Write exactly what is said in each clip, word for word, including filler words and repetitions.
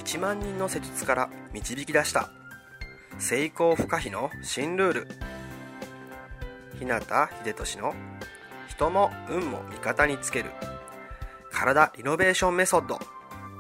ちまん人の施術から導き出した成功不可避の新ルール。日向秀俊の人も運も味方につける体リノベーションメソッド。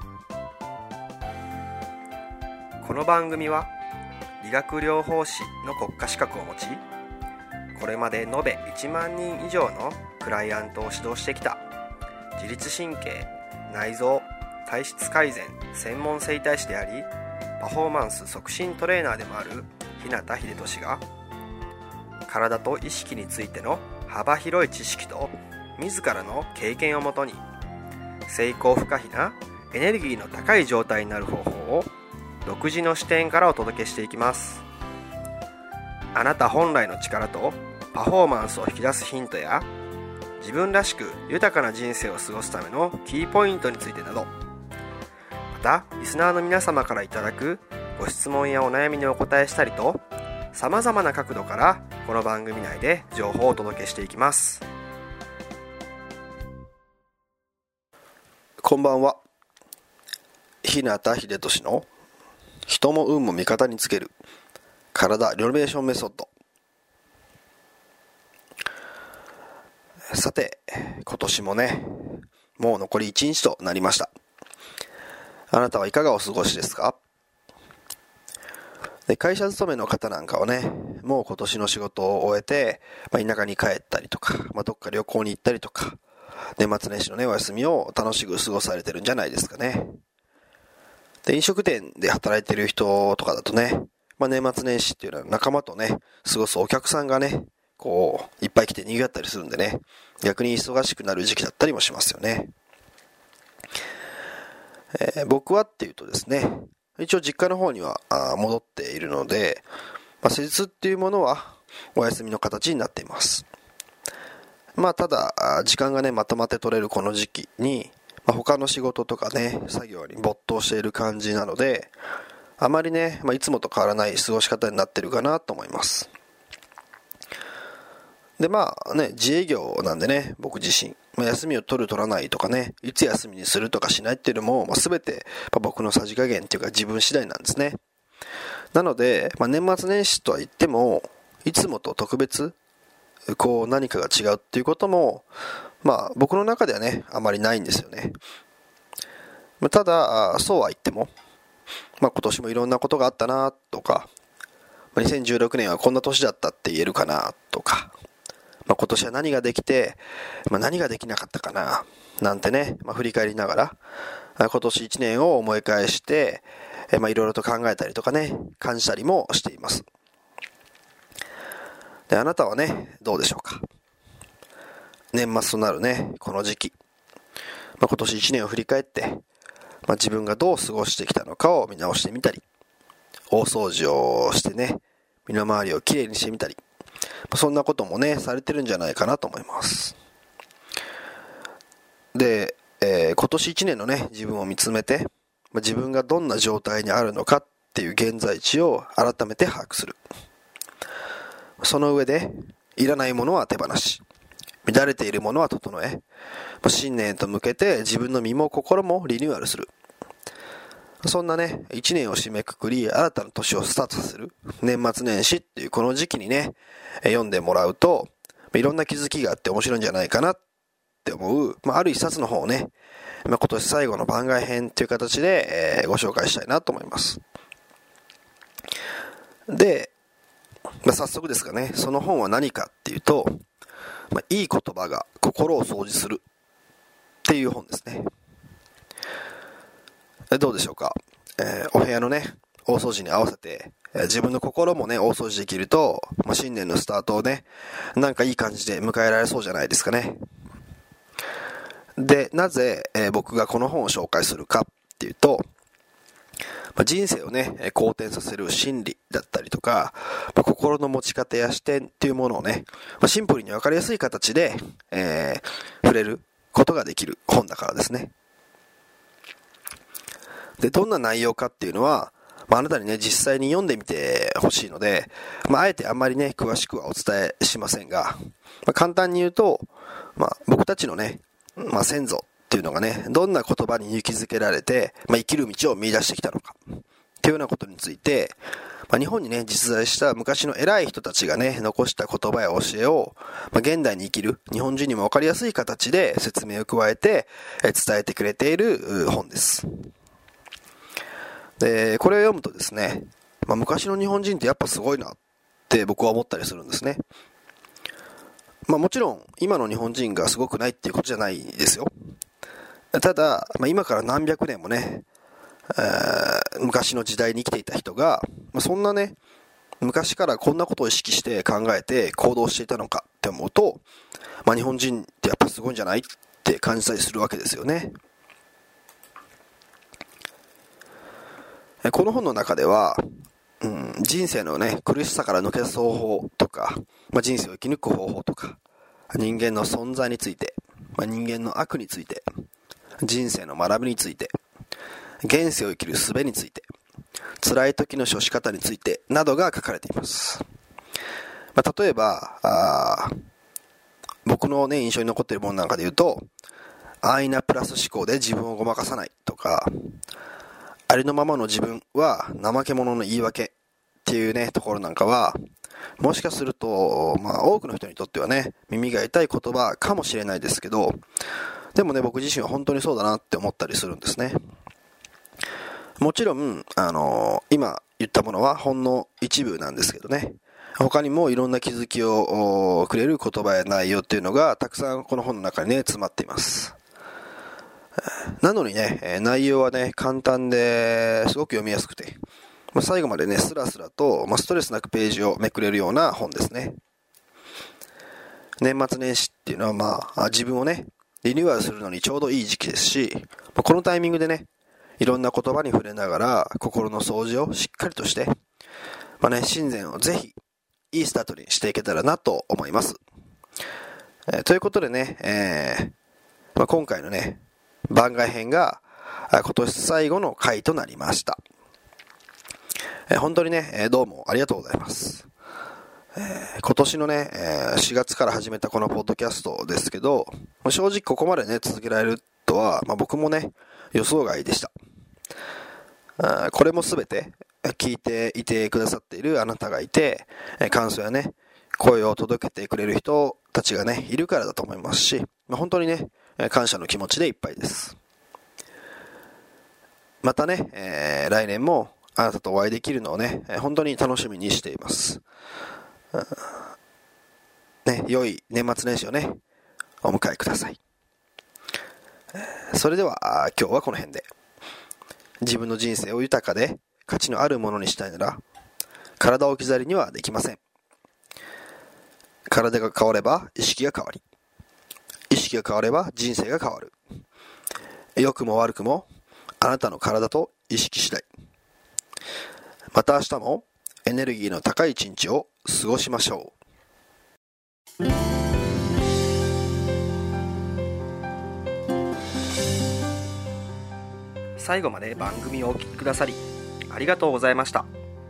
この番組は理学療法士の国家資格を持ち、これまで延べいちまん人以上のクライアントを指導してきた自律神経、内臓、体質改善専門整体師であり、パフォーマンス促進トレーナーでもある日向秀俊が、体と意識についての幅広い知識と自らの経験をもとに、成功不可避なエネルギーの高い状態になる方法を独自の視点からお届けしていきます。あなた本来の力とパフォーマンスを引き出すヒントや、自分らしく豊かな人生を過ごすためのキーポイントについてなど、またリスナーの皆様からいただくご質問やお悩みにお答えしたりと、さまざまな角度からこの番組内で情報をお届けしていきます。 こんばんは。日向秀俊の人も運も味方につける体リノベーションメソッド。さて、今年もね、もう残りいちにちとなりました。あなたはいかがお過ごしですか？で、会社勤めの方なんかはね、もう今年の仕事を終えて、まあ、田舎に帰ったりとか、まあ、どっか旅行に行ったりとか、年末年始のね、お休みを楽しく過ごされてるんじゃないですかね。で、飲食店で働いてる人とかだとね、まあ、年末年始っていうのは仲間とね、過ごすお客さんがね、こう、いっぱい来て賑わったりするんでね、逆に忙しくなる時期だったりもしますよね。えー、僕はっていうとですね、一応実家の方には戻っているので、まあ、施術っていうものはお休みの形になっています。まあ、ただ、時間がね、まとまって取れるこの時期に、まあ、他の仕事とかね、作業に没頭している感じなので、あまりね、まあ、いつもと変わらない過ごし方になってるかなと思います。で、まあね、自営業なんでね、僕自身、まあ、休みを取る取らないとかね、いつ休みにするとかしないっていうのも、まあ、全て、まあ、僕のさじ加減っていうか自分次第なんですね。なので、まあ、年末年始とは言っても、いつもと特別、こう何かが違うっていうことも、まあ僕の中ではね、あまりないんですよね。ただ、そうは言っても、まあ今年もいろんなことがあったなとか、にせんじゅうろくねんはこんな年だったって言えるかなとか、まあ、今年は何ができて、まあ、何ができなかったかななんてね、まあ、振り返りながら、今年いちねんを思い返して、まあいろいろと考えたりとかね、感じたりもしています。で、あなたはね、どうでしょうか。年末となるね、この時期、まあ、今年いちねんを振り返って、まあ、自分がどう過ごしてきたのかを見直してみたり、大掃除をしてね、身の回りをきれいにしてみたり、まあ、そんなこともね、されてるんじゃないかなと思います。で、えー、今年いちねんのね、自分を見つめて、まあ、自分がどんな状態にあるのかっていう現在地を改めて把握する。その上で、いらないものは手放し、乱れているものは整え、新年へと向けて自分の身も心もリニューアルする。そんなね、一年を締めくくり、新たな年をスタートさせる年末年始っていうこの時期にね、読んでもらうと、いろんな気づきがあって面白いんじゃないかなって思う、まあ、ある一冊の本をね、まあ、今年最後の番外編という形で、えー、ご紹介したいなと思います。で、まあ、早速ですがね、その本は何かっていうと、まあ、いい言葉が心を掃除するっていう本ですね。どうでしょうか。えー、お部屋のね、大掃除に合わせて、えー、自分の心もね、大掃除できると、まあ、新年のスタートをね、なんかいい感じで迎えられそうじゃないですかね。で、なぜ、えー、僕がこの本を紹介するかっていうと、まあ、人生をね、好転させる心理だったりとか、まあ、心の持ち方や視点っていうものをね、まあ、シンプルに分かりやすい形で、えー、触れることができる本だからですね。で、どんな内容かっていうのは、まあ、あなたにね、実際に読んでみてほしいので、まあ、あえてあんまりね、詳しくはお伝えしませんが、まあ、簡単に言うと、まあ、僕たちのね、まあ、先祖っていうのがね、どんな言葉に勇気づけられて、まあ、生きる道を見出してきたのかっていうようなことについて、まあ、日本にね実在した昔の偉い人たちがね残した言葉や教えを、まあ、現代に生きる日本人にも分かりやすい形で説明を加えてえ伝えてくれている本です。でこれを読むとですね、まあ、昔の日本人ってやっぱすごいなって僕は思ったりするんですね。まあ、もちろん今の日本人がすごくないっていうことじゃないですよ。ただ、まあ、今から何百年もねえー、昔の時代に生きていた人が、まあ、そんなね昔からこんなことを意識して考えて行動していたのかって思うと、まあ、日本人ってやっぱすごいんじゃないって感じたりするわけですよね。この本の中では、うん、人生のね苦しさから抜け出す方法とか、まあ、人生を生き抜く方法とか、人間の存在について、まあ、人間の悪について、人生の学びについて、現世を生きる術について、辛い時の処し方についてなどが書かれています。まあ、例えばあ僕の、ね、印象に残っているものなんかで言うと、安易なプラス思考で自分をごまかさないとか、ありのままの自分は怠け者の言い訳っていうねところなんかは、もしかすると、まあ、多くの人にとってはね耳が痛い言葉かもしれないですけど、でもね僕自身は本当にそうだなって思ったりするんですね。もちろん、あのー、今言ったものはほんの一部なんですけどね、他にもいろんな気づきをくれる言葉や内容っていうのがたくさんこの本の中にね詰まっています。なのにね内容はね簡単ですごく読みやすくて、まあ、最後までねスラスラと、まあ、ストレスなくページをめくれるような本ですね。年末年始っていうのはまあ自分をねリニューアルするのにちょうどいい時期ですし、このタイミングでねいろんな言葉に触れながら心の掃除をしっかりとして、まあね、新年をぜひいいスタートにしていけたらなと思います。えー、ということでね、えーまあ、今回のね番外編が今年最後の回となりました。えー、本当にねどうもありがとうございます。えー、今年のねしがつから始めたこのポッドキャストですけど、正直ここまでね続けられるとは、まあ、僕もね予想外でした。あこれも全て聞いていてくださっているあなたがいて、感想やね声を届けてくれる人たちがねいるからだと思いますし、本当にね感謝の気持ちでいっぱいです。またね、えー、来年もあなたとお会いできるのをね本当に楽しみにしています。ね、良い年末年始をねお迎えください。それでは今日はこの辺で。自分の人生を豊かで価値のあるものにしたいなら体を置き去りにはできません。体が変われば意識が変わり、意識が変われば人生が変わる。良くも悪くもあなたの体と意識次第。また明日もエネルギーの高い一日を過ごしましょう。 最後まで番組をお聞きくださりありがとうございました。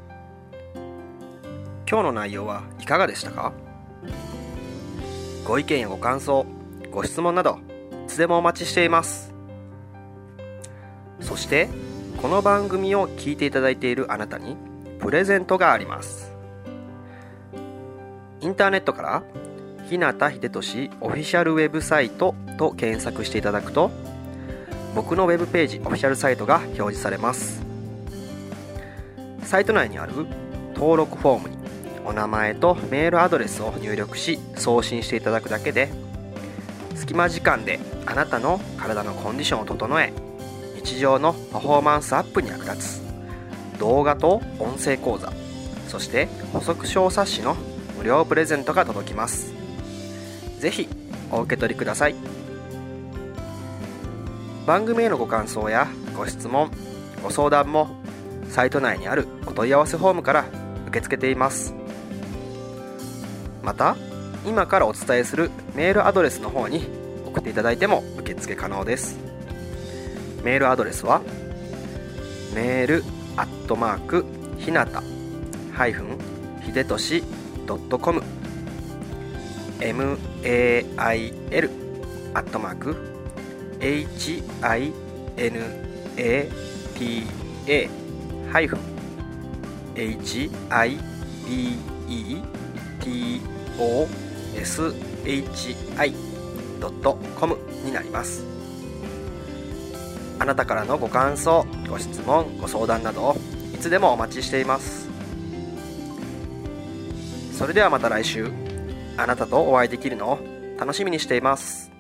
今日の内容はいかがでしたか？ご意見やご感想、ご質問などいつでもお待ちしています。そしてこの番組を聞いていただいているあなたにプレゼントがあります。インターネットから日向秀俊オフィシャルウェブサイトと検索していただくと、僕のウェブページオフィシャルサイトが表示されます。サイト内にある登録フォームにお名前とメールアドレスを入力し送信していただくだけで、隙間時間であなたの体のコンディションを整え、日常のパフォーマンスアップに役立つ動画と音声講座、そして補足小冊子の無料プレゼントが届きます。ぜひお受け取りください。番組へのご感想やご質問、ご相談もサイト内にあるお問い合わせフォームから受け付けています。また今からお伝えするメールアドレスの方に送っていただいても受付可能です。メールアドレスはメールアットマークひなたハイフンひでとしドットコム メールアットマークエイチアイエヌエーティーエー ハイフン エイチアイビーイーティーオーエスエイチアイドットコム になります。あなたからのご感想、ご質問、ご相談などいつでもお待ちしています。それではまた来週、あなたとお会いできるのを楽しみにしています。